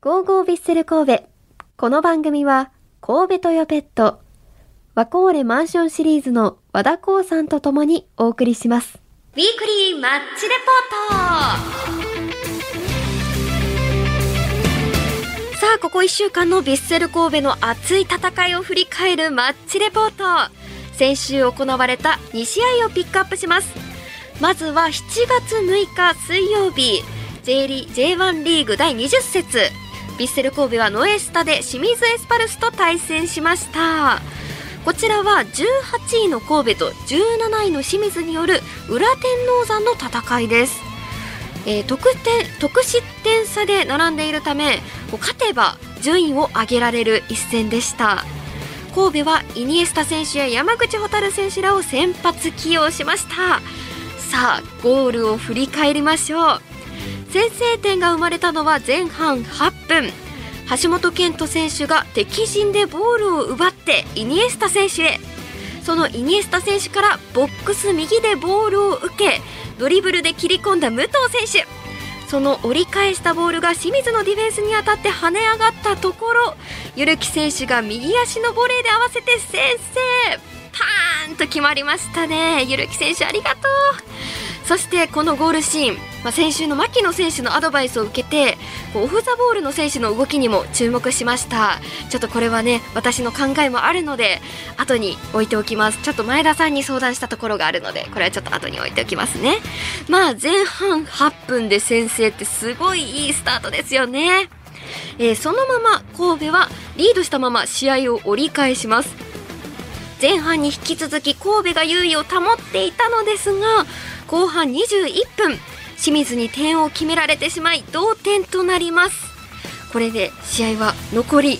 ゴーゴービッセル神戸。この番組は神戸トヨペット、ワコーレマンションシリーズの和田光さんと共にお送りします。 ウィークリーマッチレポート。さあ、ここ1週間のヴィッセル神戸の熱い戦いを振り返るマッチレポート。先週行われた2試合をピックアップします。まずは7月6日水曜日、J1 リーグ第20節、ヴィッセル神戸はノエスタで清水エスパルスと対戦しました。こちらは18位の神戸と17位の清水による裏天王山の戦いです。得失点差で並んでいるため、勝てば順位を上げられる一戦でした。神戸はイニエスタ選手や山口蛍選手らを先発起用しました。さあ、ゴールを振り返りましょう。先制点が生まれたのは前半8分、橋本健人選手が敵陣でボールを奪ってイニエスタ選手へ。そのイニエスタ選手からボックス右でボールを受け、ドリブルで切り込んだ武藤選手。その折り返したボールが清水のディフェンスに当たって跳ね上がったところ、ゆるき選手が右足のボレーで合わせて先制、パーンと決まりましたね。ゆるき選手ありがとう。そしてこのゴールシーン、先週の牧野選手のアドバイスを受けて、オフ・ザ・ボールの選手の動きにも注目しました。ちょっとこれはね、私の考えもあるので後に置いておきます。ちょっと前田さんに相談したところがあるので、これはちょっと後に置いておきますね。前半8分で先制ってすごいいいスタートですよね。そのまま神戸はリードしたまま試合を折り返します。前半に引き続き神戸が優位を保っていたのですが、後半21分、清水に点を決められてしまい同点となります。これで試合は残り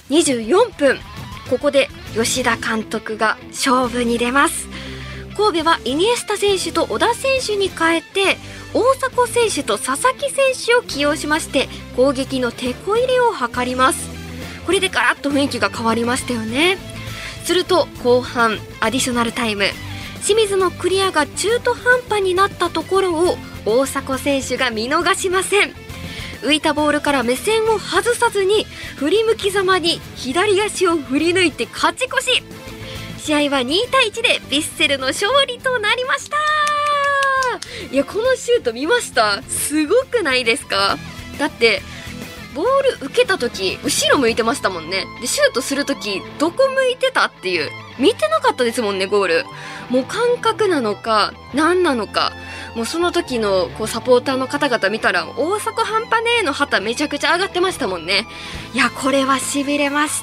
24分、ここで吉田監督が勝負に出ます。神戸はイニエスタ選手と小田選手に代えて大迫選手と佐々木選手を起用しまして、攻撃のテこ入れを図ります。これでガラッと雰囲気が変わりましたよね。すると後半アディショナルタイム、清水のクリアが中途半端になったところを大迫選手が見逃しません。浮いたボールから目線を外さずに振り向きざまに左足を振り抜いて勝ち越し。試合は2対1でヴィッセルの勝利となりました。いや、このシュート見ました？すごくないですか？だってボール受けた時後ろ向いてましたもんね。でシュートする時どこ向いてたっていう、見てなかったですもんね。ゴールもう感覚なのか何なのか、もうその時のサポーターの方々見たら大阪半端ねえの旗めちゃくちゃ上がってましたもんね。いや、これは痺れました。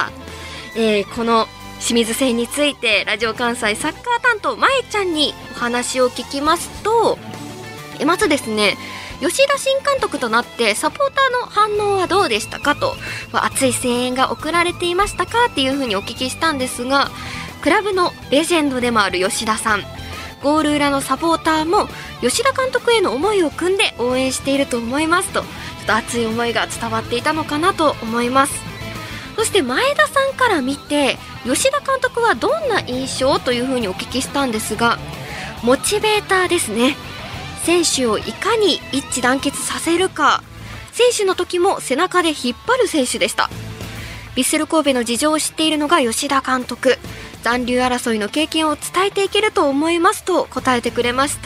この清水戦についてラジオ関西サッカー担当まえちゃんにお話を聞きますと、まずですね、吉田新監督となってサポーターの反応はどうでしたかと、熱い声援が送られていましたかっていうふうにお聞きしたんですが、クラブのレジェンドでもある吉田さん、ゴール裏のサポーターも吉田監督への思いを汲んで応援していると思いますと、ちょっと熱い思いが伝わっていたのかなと思います。そして前田さんから見て吉田監督はどんな印象というふうにお聞きしたんですが、モチベーターですね。選手をいかに一致団結させるか、選手の時も背中で引っ張る選手でした。ヴィッセル神戸の事情を知っているのが吉田監督、残留争いの経験を伝えていけると思いますと答えてくれました。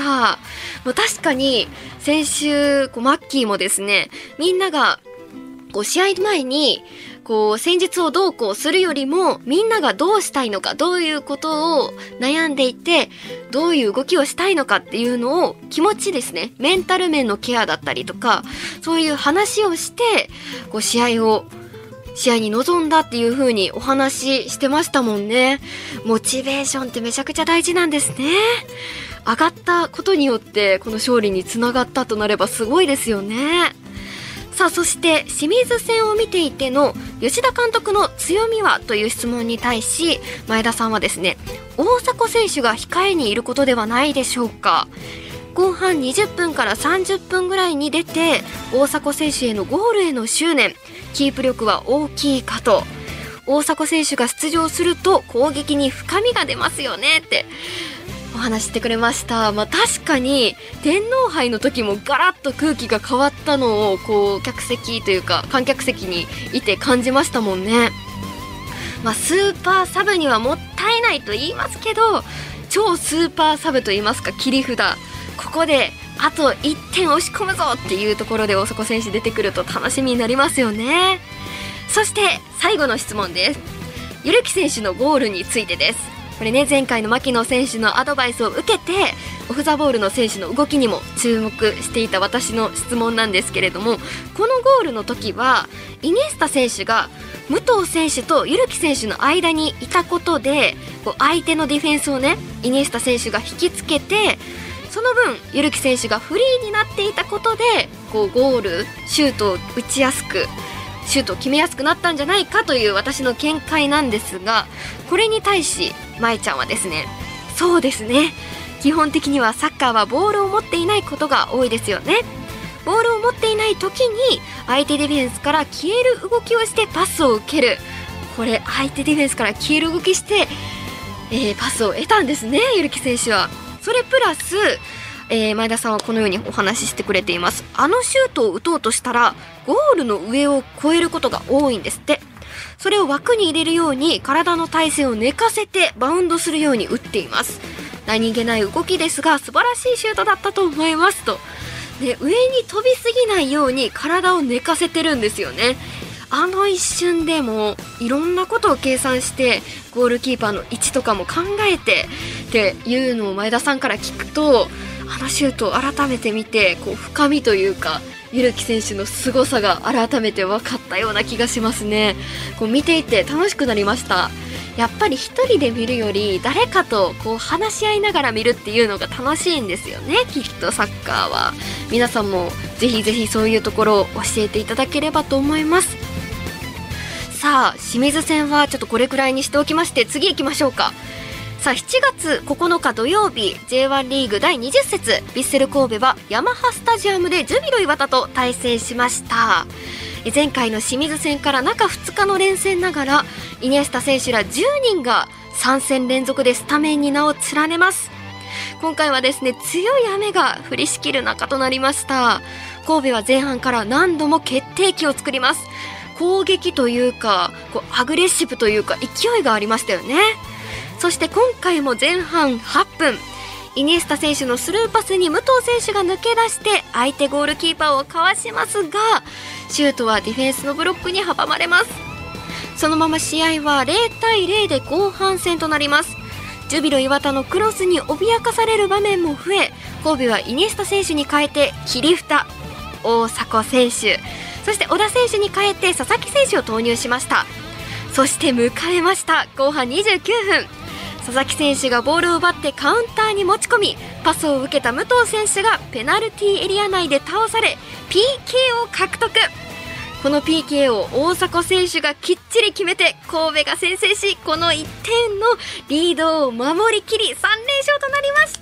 もう確かに先週マッキーもですね、みんなが試合前に戦術をどうこうするよりも、みんながどうしたいのか、どういうことを悩んでいてどういう動きをしたいのかっていうのを気持ちですね、メンタル面のケアだったりとか、そういう話をして試合に臨んだっていう風にお話ししてましたもんね。モチベーションってめちゃくちゃ大事なんですね。上がったことによってこの勝利につながったとなればすごいですよね。さあ、そして清水戦を見ていての吉田監督の強みはという質問に対し、前田さんはですね、大迫選手が控えにいることではないでしょうか。後半20分から30分ぐらいに出て、大迫選手へのゴールへの執念、キープ力は大きいかと。大迫選手が出場すると攻撃に深みが出ますよねって。 お話してくれました。確かに天皇杯の時もガラッと空気が変わったのをこう客席というか観客席にいて感じましたもんね。スーパーサブにはもったいないと言いますけど、超スーパーサブと言いますか切り札、ここであと1点押し込むぞっていうところで大迫選手出てくると楽しみになりますよね。そして最後の質問です。ゆるき選手のゴールについてです。これね、前回の牧野選手のアドバイスを受けてオフ・ザ・ボールの選手の動きにも注目していた私の質問なんですけれども、このゴールの時はイニエスタ選手が武藤選手とゆるき選手の間にいたことで、こう相手のディフェンスをねイニエスタ選手が引きつけて、その分ゆるき選手がフリーになっていたことでこうゴールシュートを打ちやすくシュートを決めやすくなったんじゃないかという私の見解なんですが、これに対しまえちゃんはですね、そうですね、基本的にはサッカーはボールを持っていないことが多いですよね。ボールを持っていない時に相手ディフェンスから消える動きをしてパスを受ける、これ相手ディフェンスから消える動きして、パスを得たんですね、ゆるき選手は。それプラス、前田さんはこのようにお話ししてくれています。シュートを打とうとしたらゴールの上を越えることが多いんですって。それを枠に入れるように体の体勢を寝かせてバウンドするように打っています。何気ない動きですが素晴らしいシュートだったと思いますと。で、上に飛びすぎないように体を寝かせてるんですよね。一瞬でもいろんなことを計算してゴールキーパーの位置とかも考えてっていうのを前田さんから聞くと、シュートを改めて見てこう深みというかゆるき選手の凄さが改めて分かったような気がしますね。こう見ていて楽しくなりました。やっぱり一人で見るより誰かとこう話し合いながら見るっていうのが楽しいんですよね、きっとサッカーは。皆さんもぜひぜひそういうところを教えていただければと思います。さあ、清水戦はちょっとこれくらいにしておきまして、次行きましょうか。さあ、7月9日土曜日 J1 リーグ第20節ヴィッセル神戸はヤマハスタジアムでジュビロ磐田と対戦しました。前回の清水戦から中2日の連戦ながらイニエスタ選手ら10人が3戦連続でスタメンに名を連ねます。今回はですね、強い雨が降りしきる中となりました。神戸は前半から何度も決定機を作ります。攻撃というかこうアグレッシブというか勢いがありましたよね。そして今回も前半8分、イニエスタ選手のスルーパスに武藤選手が抜け出して相手ゴールキーパーをかわしますが、シュートはディフェンスのブロックに阻まれます。そのまま試合は0対0で後半戦となります。ジュビロ磐田のクロスに脅かされる場面も増え、神戸はイニエスタ選手に代えて切り札大迫選手、そして小田選手に代えて佐々木選手を投入しました。そして迎えました後半29分、佐々木選手がボールを奪ってカウンターに持ち込み、パスを受けた武藤選手がペナルティーエリア内で倒され PK を獲得。この PK を大迫選手がきっちり決めて神戸が先制し、この1点のリードを守りきり3連勝となりました。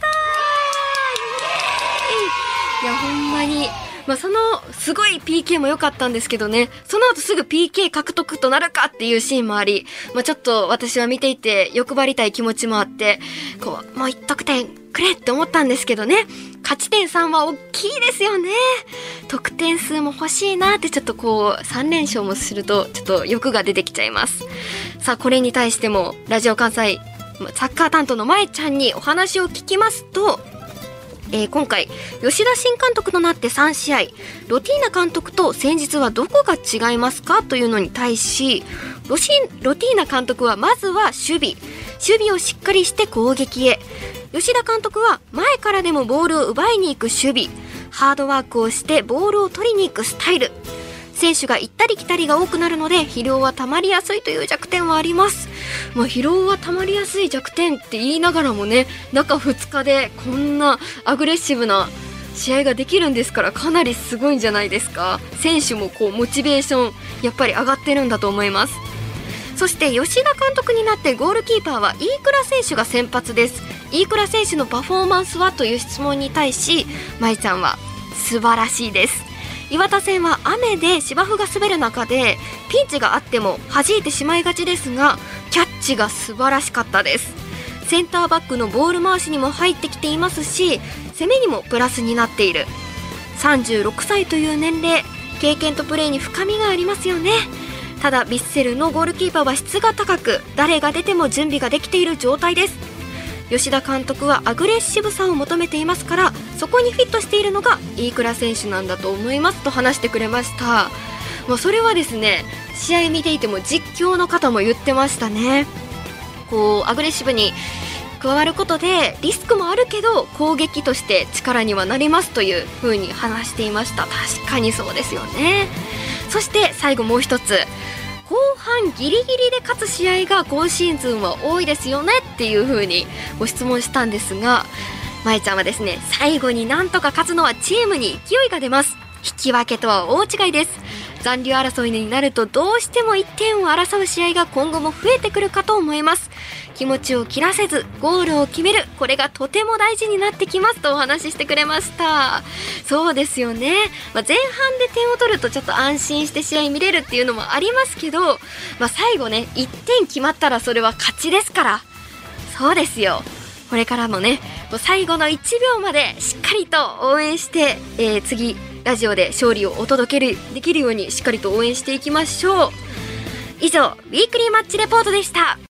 いや、ほんまにそのすごい PK も良かったんですけどね、その後すぐ PK 獲得となるかっていうシーンもあり、ちょっと私は見ていて欲張りたい気持ちもあって、こうもう1得点くれって思ったんですけどね、勝ち点3は大きいですよね。得点数も欲しいなって、ちょっとこう3連勝もするとちょっと欲が出てきちゃいます。さあ、これに対してもラジオ関西サッカー担当のまえちゃんにお話を聞きますと、今回吉田新監督となって3試合、ロティーナ監督と先日はどこが違いますかというのに対し、ロティーナ監督はまずは守備をしっかりして攻撃へ、吉田監督は前からでもボールを奪いに行く守備、ハードワークをしてボールを取りに行くスタイル、選手が行ったり来たりが多くなるので疲労は溜まりやすいという弱点はあります。疲労は溜まりやすい弱点って言いながらもね、中2日でこんなアグレッシブな試合ができるんですから、かなりすごいんじゃないですか。選手もこうモチベーションやっぱり上がってるんだと思います。そして吉田監督になってゴールキーパーは飯倉選手が先発です。飯倉選手のパフォーマンスはという質問に対し、まいちゃんは素晴らしいです。磐田戦は雨で芝生が滑る中でピンチがあっても弾いてしまいがちですが、キャッチが素晴らしかったです。 センターバックのボール回しにも入ってきていますし、攻めにもプラスになっている。36歳という年齢、経験とプレーに深みがありますよね。ただヴィッセルのゴールキーパーは質が高く、誰が出ても準備ができている状態です。吉田監督はアグレッシブさを求めていますから、そこにフィットしているのが飯倉選手なんだと思いますと話してくれました。もうそれはですね、試合見ていても実況の方も言ってましたね。こうアグレッシブに加わることでリスクもあるけど攻撃として力にはなりますという風に話していました。確かにそうですよね。そして最後もう一つ、後半ギリギリで勝つ試合が今シーズンは多いですよねっていう風にご質問したんですが、まえちゃんはですね、最後になんとか勝つのはチームに勢いが出ます。引き分けとは大違いです。残留争いになるとどうしても1点を争う試合が今後も増えてくるかと思います。気持ちを切らせずゴールを決める、これがとても大事になってきますとお話ししてくれました。そうですよね、前半で点を取るとちょっと安心して試合見れるっていうのもありますけど、最後ね1点決まったらそれは勝ちですから。そうですよ、これからもね、最後の1秒までしっかりと応援して、次ラジオで勝利をお届けできるようにしっかりと応援していきましょう。以上、ウィークリーマッチレポートでした。